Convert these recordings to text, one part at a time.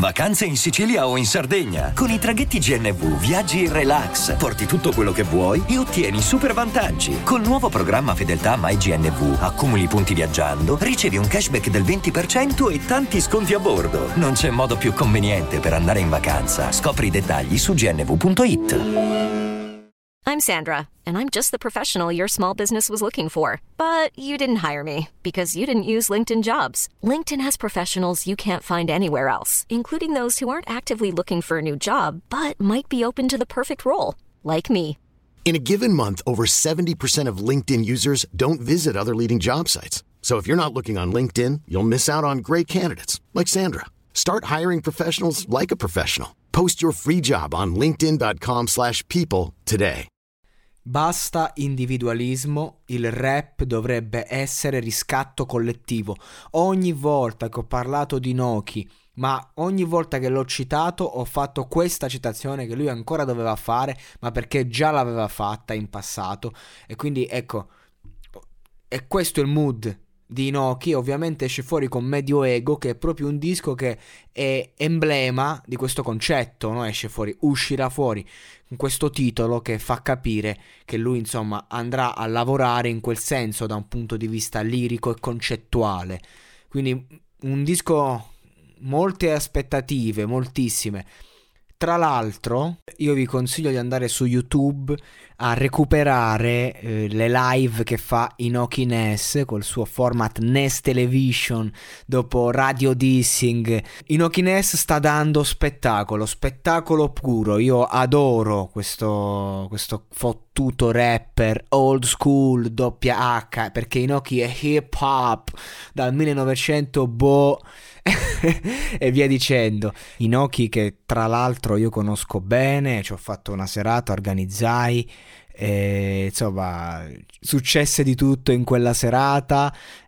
Vacanze in Sicilia o in Sardegna. Con i traghetti GNV viaggi in relax, porti tutto quello che vuoi e ottieni super vantaggi. Col nuovo programma Fedeltà MyGNV accumuli punti viaggiando, ricevi un cashback del 20% e tanti sconti a bordo. Non c'è modo più conveniente per andare in vacanza. Scopri i dettagli su gnv.it. I'm Sandra, and I'm just the professional your small business was looking for. But you didn't hire me because you didn't use LinkedIn Jobs. LinkedIn has professionals you can't find anywhere else, including those who aren't actively looking for a new job, but might be open to the perfect role, like me. In a given month, over 70% of LinkedIn users don't visit other leading job sites. So if you're not looking on LinkedIn, you'll miss out on great candidates like Sandra. Start hiring professionals like a professional. Post your free job on linkedin.com/people today. Basta individualismo, il rap dovrebbe essere riscatto collettivo. Ogni volta che ho parlato di Inoki, ma ogni volta che l'ho citato ho fatto questa citazione che lui ancora doveva fare, ma perché già l'aveva fatta in passato. E quindi ecco, e questo è il mood di Inoki. Ovviamente esce fuori con Medio Ego, che è proprio un disco che è emblema di questo concetto, no? Uscirà fuori con questo titolo che fa capire che lui insomma andrà a lavorare in quel senso da un punto di vista lirico e concettuale. Quindi un disco, molte aspettative, moltissime. Tra l'altro io vi consiglio di andare su YouTube a recuperare le live che fa Inoki Ness col suo format Ness Television dopo Radio Dissing. Inoki Ness sta dando spettacolo puro. Io adoro questo fottuto rapper old school WH, perché Inoki è hip hop dal 1900 e via dicendo. Inoki, che tra l'altro io conosco bene, ci ho fatto una serata, organizzai, insomma successe di tutto in quella serata,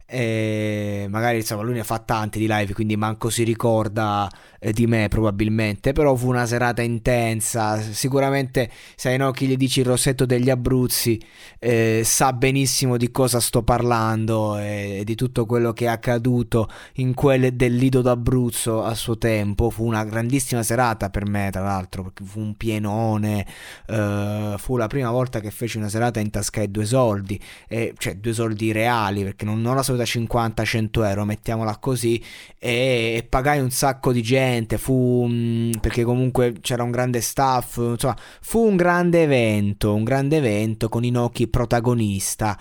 magari insomma lui ne fa tanti di live, quindi manco si ricorda di me probabilmente, però fu una serata intensa. Sicuramente se a Inoki gli dici il Rosetto degli Abruzzi sa benissimo di cosa sto parlando e di tutto quello che è accaduto in quel del Lido d'Abruzzo a suo tempo. Fu una grandissima serata per me, tra l'altro, perché fu un pienone, fu la prima volta che feci una serata in tasca ai 2 soldi, cioè 2 soldi reali, perché non la solita 50-100 euro, mettiamola così, e pagai un sacco di gente. Perché comunque c'era un grande staff, insomma fu un grande evento con Inoki protagonista.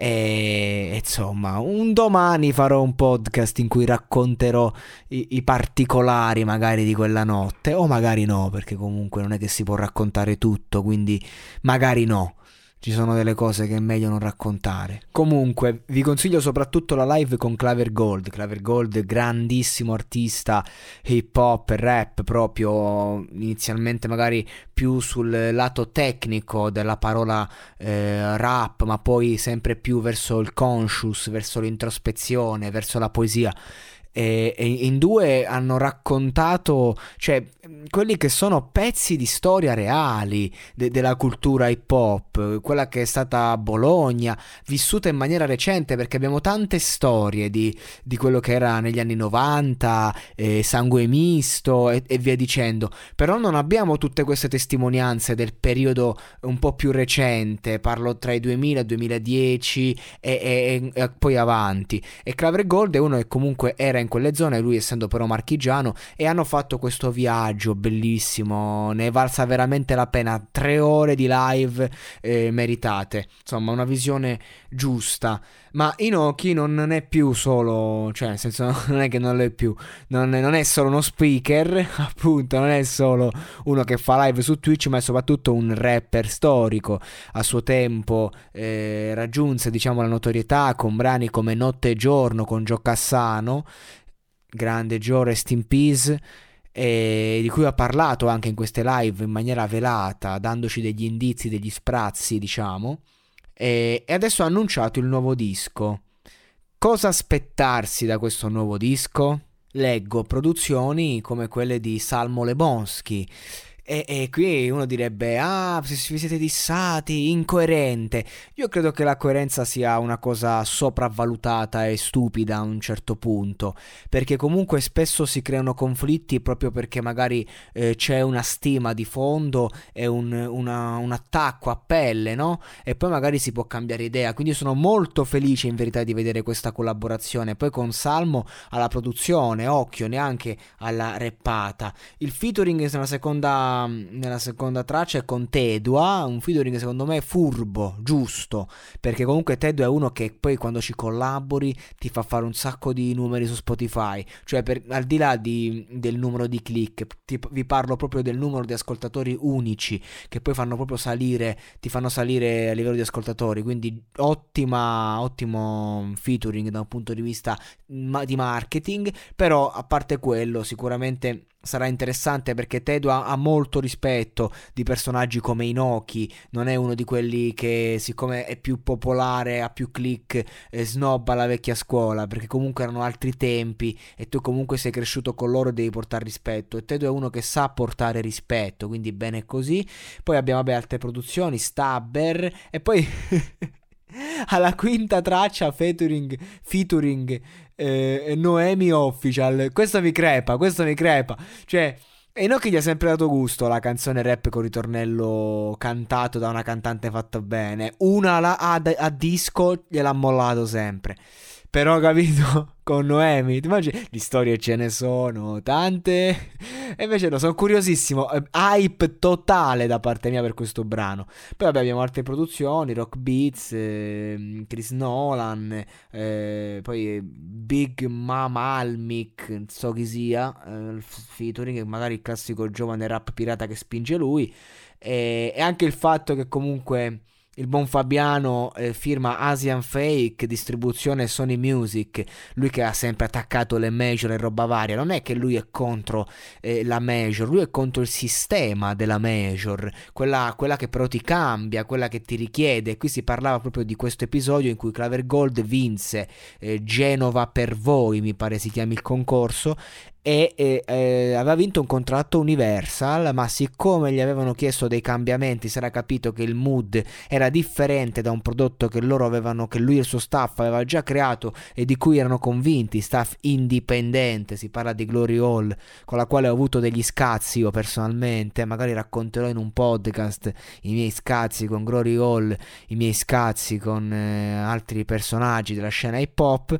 E insomma un domani farò un podcast in cui racconterò i particolari magari di quella notte, o magari no, perché comunque non è che si può raccontare tutto, quindi magari no, ci sono delle cose che è meglio non raccontare. Comunque vi consiglio soprattutto la live con Claver Gold, grandissimo artista hip hop e rap, proprio inizialmente magari più sul lato tecnico della parola rap, ma poi sempre più verso il conscious, verso l'introspezione, verso la poesia. E in 2 hanno raccontato, cioè, quelli che sono pezzi di storia reali della cultura hip hop, quella che è stata Bologna, vissuta in maniera recente, perché abbiamo tante storie di quello che era negli anni 90, Sangue Misto e via dicendo, però non abbiamo tutte queste testimonianze del periodo un po' più recente, parlo tra i 2000 e il 2010 e poi avanti. E Claver Gold è uno che comunque era in quelle zone, lui essendo però marchigiano, e hanno fatto questo viaggio bellissimo, ne è valsa veramente la pena. 3 ore di live meritate, insomma una visione giusta. Ma Inoki non è più solo, cioè nel senso, non è che non lo è più, non è solo uno speaker, appunto, non è solo uno che fa live su Twitch, ma è soprattutto un rapper storico. A suo tempo raggiunse, diciamo, la notorietà con brani come Notte e Giorno con Gio Cassano, grande Gio, rest in peace, e di cui ha parlato anche in queste live in maniera velata, dandoci degli indizi, degli sprazzi, diciamo. E adesso ha annunciato il nuovo disco. Cosa aspettarsi da questo nuovo disco? Leggo produzioni come quelle di Salmo Lebonsky, E qui uno direbbe, vi siete dissati, incoerente. Io credo che la coerenza sia una cosa sopravvalutata e stupida a un certo punto, perché comunque spesso si creano conflitti proprio perché magari c'è una stima di fondo e un attacco a pelle, no? E poi magari si può cambiare idea, quindi sono molto felice in verità di vedere questa collaborazione. Poi con Salmo alla produzione, occhio, neanche alla reppata. Il featuring nella seconda traccia è con Tedua, un featuring secondo me furbo, giusto, perché comunque Tedua è uno che poi quando ci collabori ti fa fare un sacco di numeri su Spotify, cioè al di là del numero di click, vi parlo proprio del numero di ascoltatori unici che poi fanno proprio salire, ti fanno salire a livello di ascoltatori, quindi ottimo featuring da un punto di vista di marketing. Però a parte quello sicuramente sarà interessante perché Tedua ha molto rispetto di personaggi come Inoki, non è uno di quelli che siccome è più popolare, ha più click, snobba la vecchia scuola, perché comunque erano altri tempi e tu comunque sei cresciuto con loro e devi portare rispetto, e Tedua è uno che sa portare rispetto, quindi bene così. Poi abbiamo altre produzioni, Stabber, e poi alla quinta traccia featuring Noemi Official. Questo mi crepa, cioè Enoki gli ha sempre dato gusto la canzone rap con ritornello cantato da una cantante fatta bene. Una a disco gliel'ha mollato sempre. Però capito, con Noemi, ti immagini? Di storie ce ne sono tante. E invece no, sono curiosissimo. Hype totale da parte mia per questo brano. Poi vabbè, abbiamo altre produzioni, Rock Beats, Chris Nolan, poi Big Mama Almic, non so chi sia, featuring, magari il classico giovane rap pirata che spinge lui. E anche il fatto che comunque il buon Fabiano firma Asian Fake, distribuzione Sony Music, lui che ha sempre attaccato le major e roba varia. Non è che lui è contro la major, lui è contro il sistema della major, quella che però ti cambia, quella che ti richiede. Qui si parlava proprio di questo episodio in cui Claver Gold vinse Genova per voi, mi pare si chiami il concorso, e aveva vinto un contratto Universal, ma siccome gli avevano chiesto dei cambiamenti, si era capito che il mood era differente da un prodotto che lui e il suo staff aveva già creato e di cui erano convinti, staff indipendente. Si parla di Glory Hall, con la quale ho avuto degli scazzi io personalmente, magari racconterò in un podcast i miei scazzi con Glory Hall, i miei scazzi con altri personaggi della scena hip hop.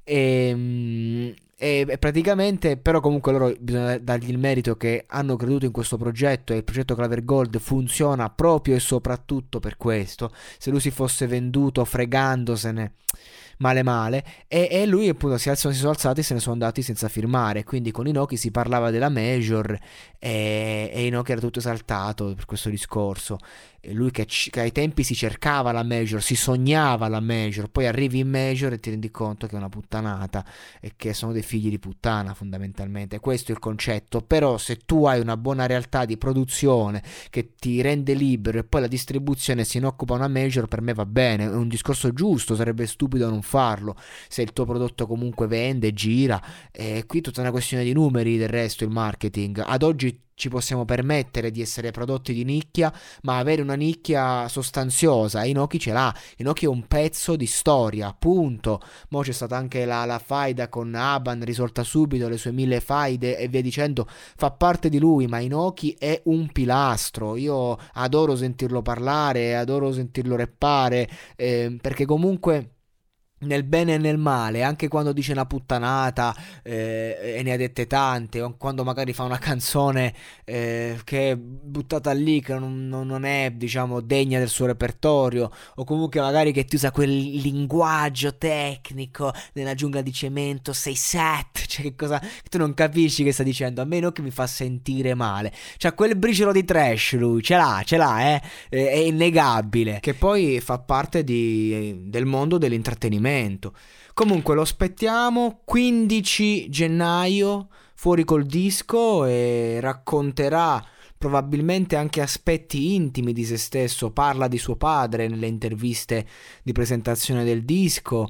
E praticamente, però comunque loro bisogna dargli il merito che hanno creduto in questo progetto e il progetto Claver Gold funziona proprio e soprattutto per questo. Se lui si fosse venduto fregandosene male, e lui appunto si sono alzati e se ne sono andati senza firmare. Quindi con Inoki si parlava della major e Inoki era tutto esaltato per questo discorso. E lui che ai tempi si cercava la major, si sognava la major, poi arrivi in major e ti rendi conto che è una puttanata e che sono dei figli di puttana fondamentalmente. Questo è il concetto. Però se tu hai una buona realtà di produzione che ti rende libero e poi la distribuzione se ne occupa una major, per me va bene, è un discorso giusto, sarebbe stupido non farlo se il tuo prodotto comunque vende, gira. E qui tutta una questione di numeri, del resto il marketing. Ad oggi ci possiamo permettere di essere prodotti di nicchia, ma avere una nicchia sostanziosa. Inoki ce l'ha. Inoki è un pezzo di storia, punto. Mo c'è stata anche la faida con Aban risolta subito, le sue 1000 faide e via dicendo, fa parte di lui, ma Inoki è un pilastro. Io adoro sentirlo parlare, adoro sentirlo rappare, perché comunque nel bene e nel male, anche quando dice una puttanata, e ne ha dette tante, o quando magari fa una canzone che è buttata lì, che non è, diciamo, degna del suo repertorio, o comunque magari che ti usa quel linguaggio tecnico nella giungla di cemento, sei set, cioè che cosa, che tu non capisci che sta dicendo. A me no, che mi fa sentire male. C'ha quel briciolo di trash lui, ce l'ha, è innegabile, che poi fa parte del mondo dell'intrattenimento. Comunque lo aspettiamo 15 gennaio fuori col disco, e racconterà probabilmente anche aspetti intimi di se stesso. Parla di suo padre nelle interviste di presentazione del disco,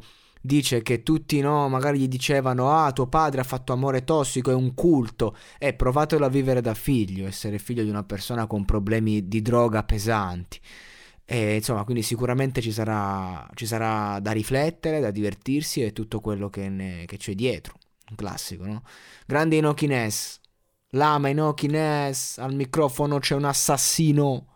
dice che tutti, no, magari gli dicevano tuo padre ha fatto amore tossico, è un culto, provatelo a vivere da figlio, essere figlio di una persona con problemi di droga pesanti. E insomma, quindi sicuramente ci sarà da riflettere, da divertirsi e tutto quello che c'è dietro. Un classico, no? Grande Inoki Ness, l'ama Inoki Ness, al microfono c'è un assassino.